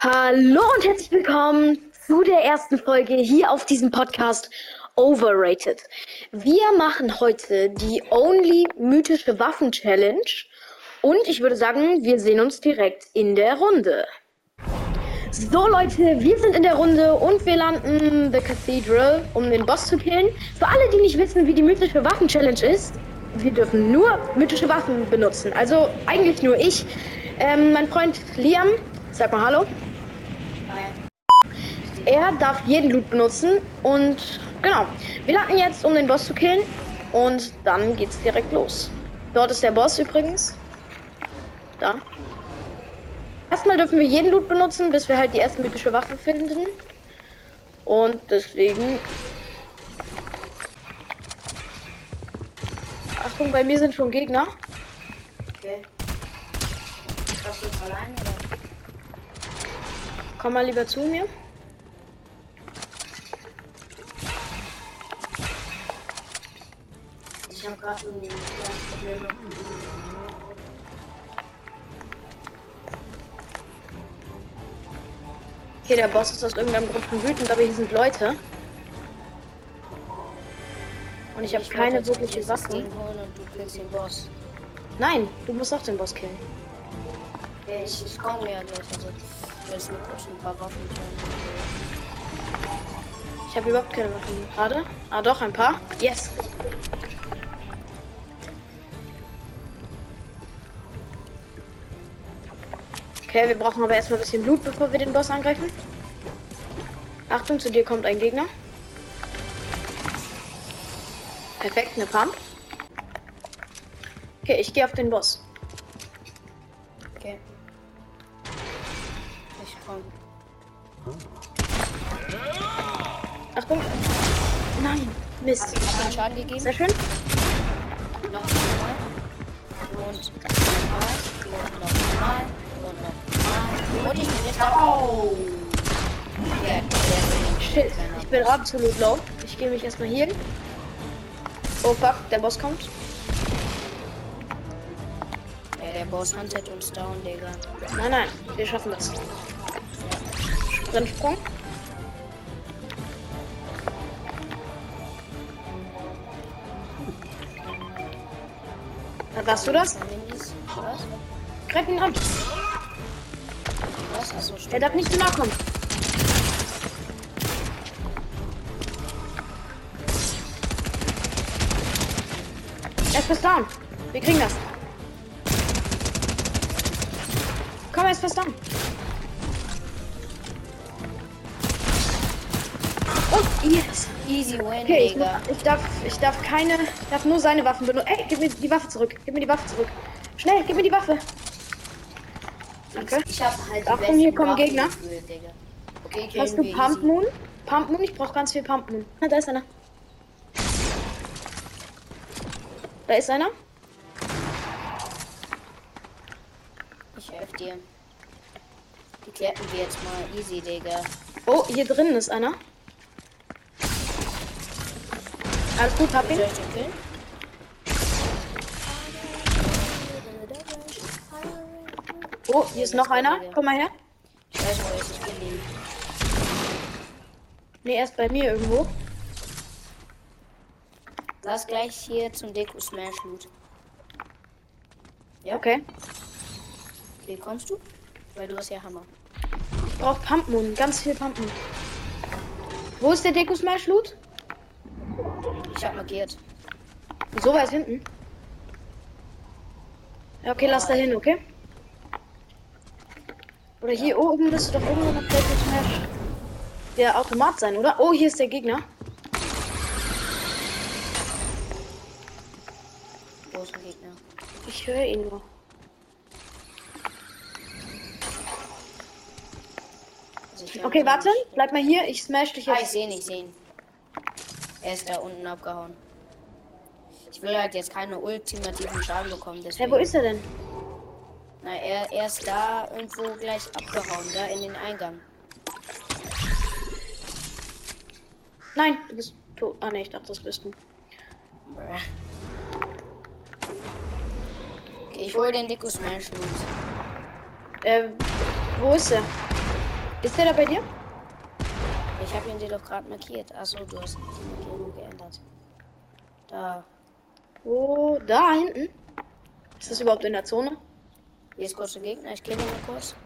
Hallo und herzlich willkommen zu der ersten Folge hier auf diesem Podcast Overrated. Wir machen heute die Only mythische Waffen Challenge und ich würde sagen, wir sehen uns direkt in der Runde. So Leute, wir sind in der Runde und wir landen The Cathedral, um den Boss zu killen. Für alle, die nicht wissen, wie die mythische Waffen Challenge ist, wir dürfen nur mythische Waffen benutzen. Also eigentlich nur ich. Mein Freund Liam, sag mal hallo. Er darf jeden Loot benutzen und genau, wir landen jetzt, um den Boss zu killen und dann geht's direkt los. Dort ist der Boss übrigens. Da. Erstmal dürfen wir jeden Loot benutzen, bis wir halt die erste mythische Waffe finden. Und deswegen... Achtung, bei mir sind schon Gegner. Okay. Warst du jetzt allein oder? Komm mal lieber zu mir. Ich habe gerade ein kleines Problem. Okay, der Boss ist aus irgendeinem Grund schon wütend, aber hier sind Leute. Und ich habe keine wirkliche Waffe. Ding holen und du killst den Boss. Nein, du musst auch den Boss killen. Okay, ich komme ja gleich. Also, jetzt mit ein paar Waffen. Ich habe überhaupt keine Waffen gerade. Ah doch, ein paar. Yes. Okay, wir brauchen aber erstmal ein bisschen Blut, bevor wir den Boss angreifen. Achtung, zu dir kommt ein Gegner. Perfekt, eine Pump. Okay, ich gehe auf den Boss. Okay. Ich komm. Achtung. Nein, Mist. Ich hab den Schaden gegeben. Sehr schön. Noch einmal. Und nochmal. Und ich bin jetzt da. Oh! Ja, Shit, ich bin absolut low. Ich gehe mich erstmal hier. Oh fuck, der Boss kommt. der Boss huntet uns down, Digga. Nein, nein, wir schaffen das. Sprintsprung. Warst du das? Was? Greif ihn an. Was? Achso, Er stimmt. darf nicht zu nah kommen. Er ist fast down. Wir kriegen das. Komm, er ist fast down. Und yes. Easy win, Okay, Digga. ich darf nur seine Waffen benutzen. Ey, gib mir die Waffe zurück. Gib mir die Waffe zurück. Schnell, gib mir die Waffe. Danke. Ich hab halt Achtung, hier kommen Gegner. Gefühlt, Digga. Okay, Hast du Pump Moon? Pump Moon? Ich brauche ganz viel Pump Moon. Ah, da ist einer. Da ist einer. Ich helfe dir. Die kletten wir jetzt mal easy, Digga. Oh, hier drinnen ist einer. Alles gut, hab ihn. Soll ich den killen? Oh, hier ist noch einer. Komm mal her. Ich weiß, wo er ist. Ich kill ihn. Nee, er ist bei mir irgendwo. Lass gleich hier zum Deko Smash Loot. Ja? Okay. Wie kommst du? Weil du hast ja Hammer. Ich brauche Pump Moon. Ganz viel Pump Moon. Wo ist der Deko Smash Loot? Ich hab markiert. So weit hinten. Ja, okay, lass da hin, okay? Oder hier oben müsste doch irgendwo noch Deko Smash der Automat sein, oder? Oh, hier ist der Gegner. Wo ist der Gegner? Ich höre ihn nur. Also ich Okay, warte. Bleib mal hier. Ich smash dich Ah, ich jetzt. sehe ihn, ich sehe ihn. Er ist da unten abgehauen. Ich will halt jetzt keine ultimativen Schaden bekommen, deswegen. Hey, wo ist er denn? Na, er ist da irgendwo gleich abgehauen, da in den Eingang. Nein, du bist tot. Ah, ne, ich dachte, das bist du. Okay, ich hole den Deko Smash Loot. Wo ist er? Ist der da bei dir? Ich habe ihn dir doch gerade markiert. Achso, du hast die Markierung geändert. Da. Oh, da hinten. Ist das überhaupt in der Zone? Hier ist kurz ein Gegner. Ich kenne ihn mal kurz.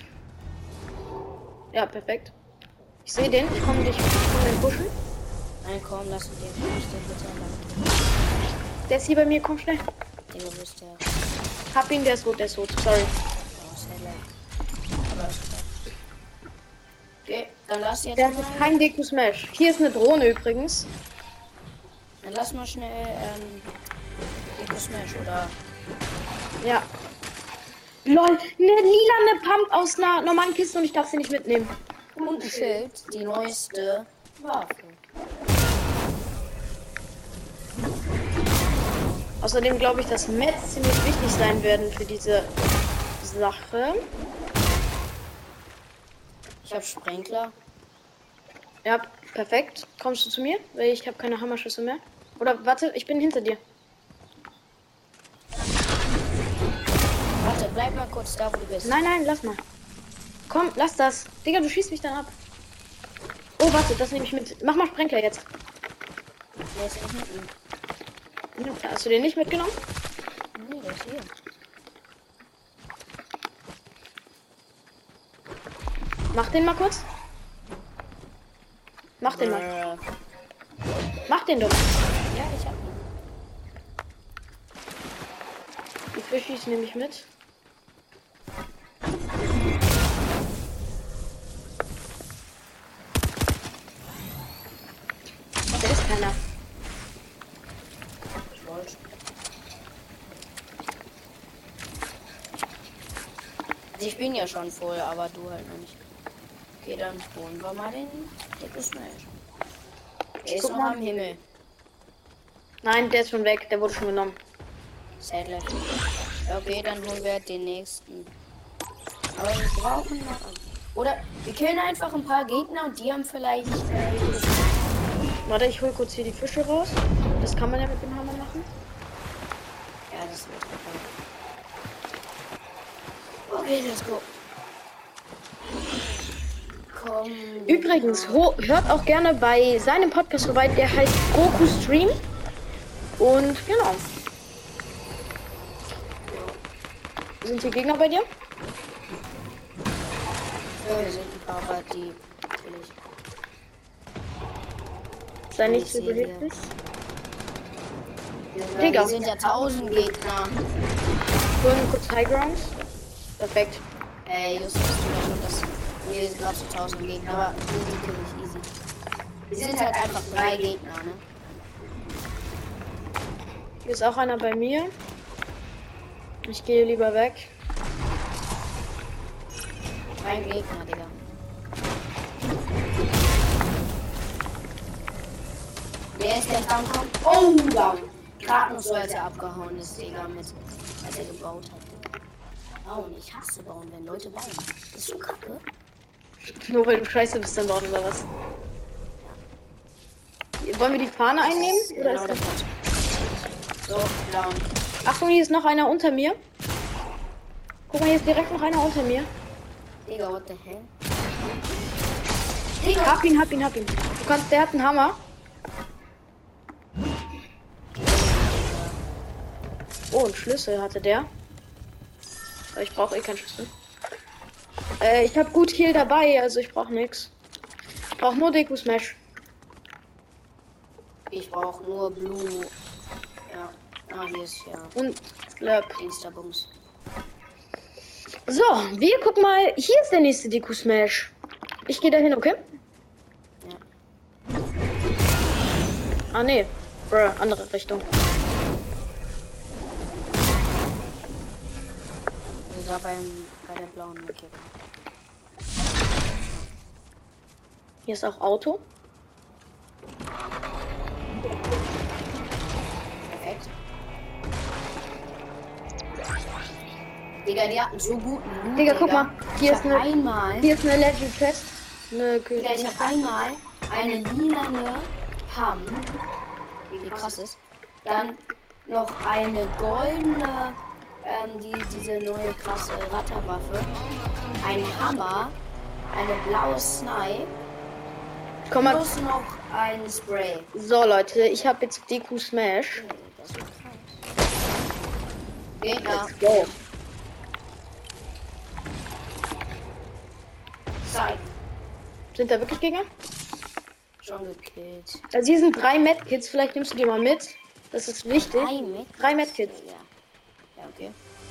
Ja, perfekt. Ich sehe den. Ich komme den pushen. Nein, komm, lass ihn den nicht den bitte lang. Der ist hier bei mir. Komm schnell. Digga, wo ist der? Hab ihn, der ist tot, Sorry. Oh, ist ja lag. Aber ist okay. Okay, dann lass jetzt Der mal. hat kein Deku Smash. Hier ist eine Drohne übrigens. Dann lass mal schnell Deku Smash oder. Ja. Lol, eine lilane Pump aus einer normalen Kiste und ich darf sie nicht mitnehmen. Und ein Schild, die neueste Waffe. Außerdem glaube ich, dass Mets ziemlich wichtig sein werden für diese Sache. Ich habe Sprenkler. Ja, perfekt. Kommst du zu mir? Weil ich habe keine Hammerschüsse mehr. Oder warte, ich bin hinter dir. Warte, bleib mal kurz da, wo du bist. Nein, nein, lass mal. Komm, lass das. Digga, du schießt mich dann ab. Oh, warte, das nehme ich mit. Mach mal Sprenkler jetzt. Der ist nicht hinten. Ja, hast du den nicht mitgenommen? Nee, der ist hier. Mach den mal kurz. Mach den mal. Mach den doch. Ja, ich hab ihn. Die Fischis nehme ich mit. Da ist keiner. Ich wollte. Ich bin ja schon voll, aber du halt noch nicht. Okay, dann holen wir mal den Deku Smash. Der ist Guck noch mal. am Himmel. Nein, der ist schon weg. Der wurde schon genommen. Sadler. Okay, dann holen wir den nächsten. Aber wir brauchen noch. Oder wir killen einfach ein paar Gegner und die haben vielleicht. Warte, ich hol kurz hier die Fische raus. Das kann man ja mit dem Hammer machen. Ja, das wird okay. Okay, let's go. Komm. Übrigens, hört auch gerne bei seinem Podcast vorbei. Der heißt Goku Stream. Und genau. Sind hier Gegner bei dir? Ja, wir sind ein paar, aber die natürlich. Sei nicht so Ich sehe behilflich. Digga. Wir sind ja 1000 Gegner. Holen kurz High Ground. Perfekt. Ey, Justus, du weißt schon, dass wir sind gerade zu 1000 Gegner, aber easy kill ich, easy. Wir sind halt einfach 3 Gegner, ne? Hier ist auch einer bei mir. Ich gehe lieber weg. 3 Gegner, Digga. Wer ist der down? Oh, down. Gerade noch so, als er abgehauen ist, Digga, als er gebaut hat. Bauen, ich hasse bauen, wenn Leute bauen. Das ist so kacke. Nur weil du scheiße bist dann dort oder was? Wollen wir die Fahne einnehmen? Oder Genau ist das das... So, down. Achtung, hier ist noch einer unter mir. Guck mal, hier ist direkt noch einer unter mir. Digga, what the hell? Hab ihn. Du kannst, der hat einen Hammer. Oh, einen Schlüssel hatte der. Aber ich brauche eh keinen Schlüssel. Ich habe gut Heal dabei, also ich brauche nichts. Ich brauche nur Deku Smash. Ich brauche nur Blue. Ja. Ah, hier ist ja. Und Slurp. Instabums. So, wir gucken mal. Hier ist der nächste Deku Smash. Ich gehe dahin, okay? Ja. Ah, nee. Bruh, andere Richtung. Also da bei der blauen Markierung. Hier ist auch Auto. Perfekt. Digga, die hatten so guten Loot, Digga, guck mal. Hier ist Hier ist eine Legend Chest. Digga, ich hab einmal eine lilane Pump. Wie krass ist. Dann noch eine goldene, diese neue krasse Ratterwaffe. Ein Hammer. eine blaue Snipe Komm mal. plus noch ein Spray. So, Leute, ich habe jetzt Deku Smash. Okay, das ist krass. Gegner. Let's go. Zeig. Sind da wirklich Gegner? Schon gekillt. Also hier sind 3 Medkits, vielleicht nimmst du die mal mit. Das ist wichtig. 3 Medkits. Ja. Ja, okay.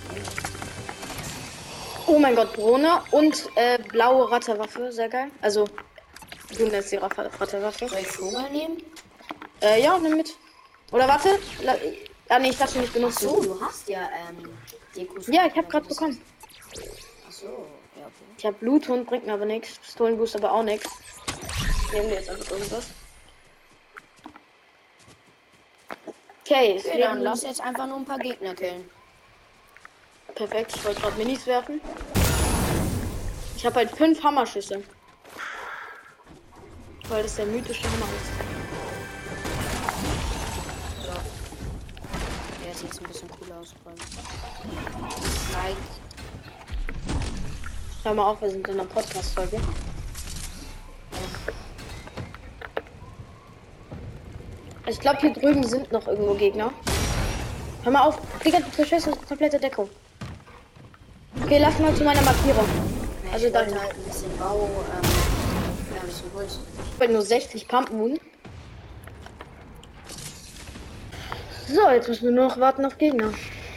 Oh mein Gott, Drohne und blaue Ratterwaffe, sehr geil. Also, du nennst die Ratterwaffe. Soll ich Vogel nehmen? Ja, nimm mit. Oder warte. Nee, ich darf sie nicht benutzen. Achso, du hast ja Dekus. Ja, ich habe gerade bekommen. Achso, ja, okay. Ich habe Bluthund, bringt mir aber nichts. Pistolenboost aber auch nichts. Nehmen wir jetzt einfach irgendwas. Okay, Okay, dann lass jetzt einfach nur ein paar Gegner killen. Perfekt, ich wollte gerade Minis werfen. Ich habe halt 5 Hammerschüsse. Weil das der mythische Hammer ist. So. Der sieht jetzt ein bisschen cooler aus. Nein. Hör mal auf, wir sind in einer Podcast-Folge. Ich glaube, hier drüben sind noch irgendwo Gegner. Hör mal auf, Digga, du zerstörst die komplette Deckung. Okay, lass mal zu meiner Markierung. Ja, Also ich dann wollte halt ein bisschen Bau, ein bisschen Holz. ich wollte nur 60 Pumpmoon. So, jetzt müssen wir nur noch warten auf Gegner.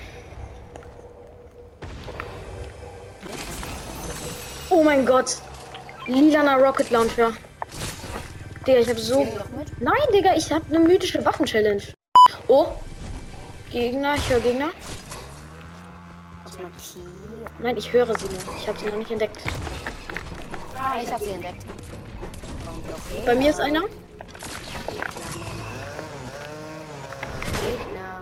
Oh mein Gott. Lilaner Rocket Launcher. Digga, ich hab so... Nehmen wir noch mit? Nein, Digga, ich hab eine mythische Waffen-Challenge. Oh. Gegner, ich höre Gegner. Was markieren? Nein, ich höre sie noch. Ich habe sie noch nicht entdeckt. Ah, ich hab sie entdeckt. Okay. Bei mir ist einer. Gegner.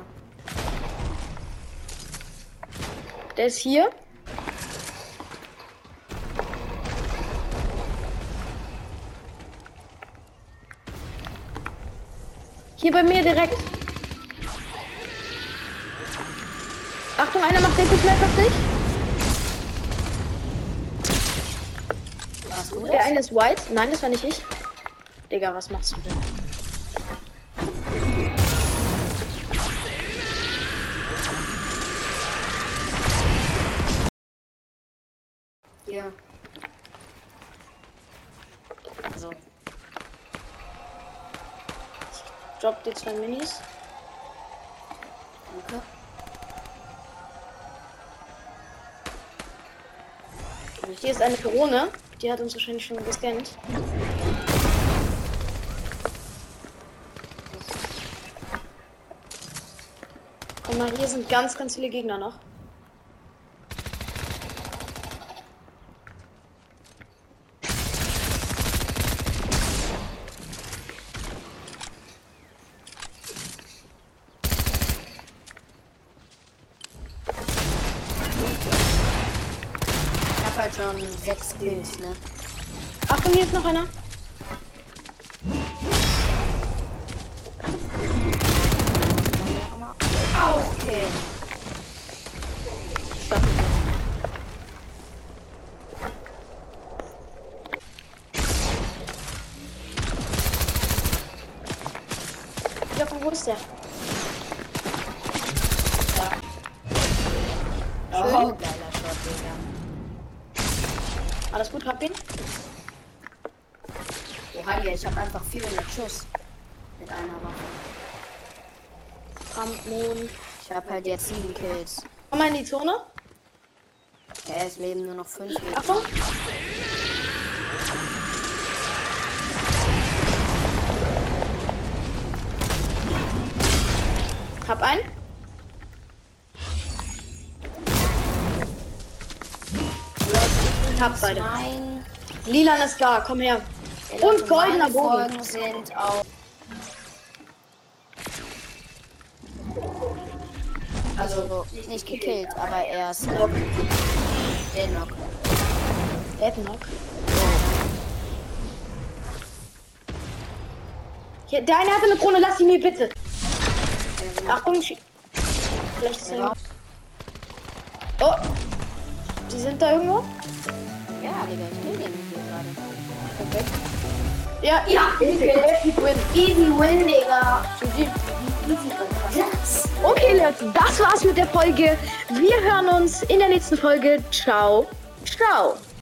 Der ist hier. Hier bei mir direkt. Achtung, einer macht den Smash auf dich. Warst du das? Der eine ist white. Nein, das war nicht ich. Digga, was machst du denn? Ja. Also. Drop die 2 Minis. Danke. Hier ist eine Corona. Die hat uns wahrscheinlich schon gescannt. Guck mal, hier sind ganz, ganz viele Gegner noch. Ich hab halt schon 6 Kills, ne? Achtung, hier ist noch einer. Okay. Ja, wo ist der? Oh, geiler Shot, Digga. Alles gut, hab ihn. Oh, Heilige, ich hab einfach 400 Schuss. Mit einer Waffe. Pumpmoon. Ich hab halt jetzt 7 Kills. Komm mal in die Zone. Es leben nur noch 5 Gegner. Achtung. Hab einen. Hab beide. Nein. Lilan ist da, komm her. Und goldener Meine Bogen. Folgen sind auch. Also nicht gekillt, aber er ist Knock. der Knock. Deadlock. Hier, der eine hatte eine Krone, lass sie mir bitte. Achtung, vielleicht ist er. Oh! Die sind da irgendwo? Ja, Digga, ich will den hier gerade. Perfekt. Ja, easy win. Easy win, Digga. GG. Yes. Okay, Leute, das war's mit der Folge. Wir hören uns in der nächsten Folge. Ciao, ciao.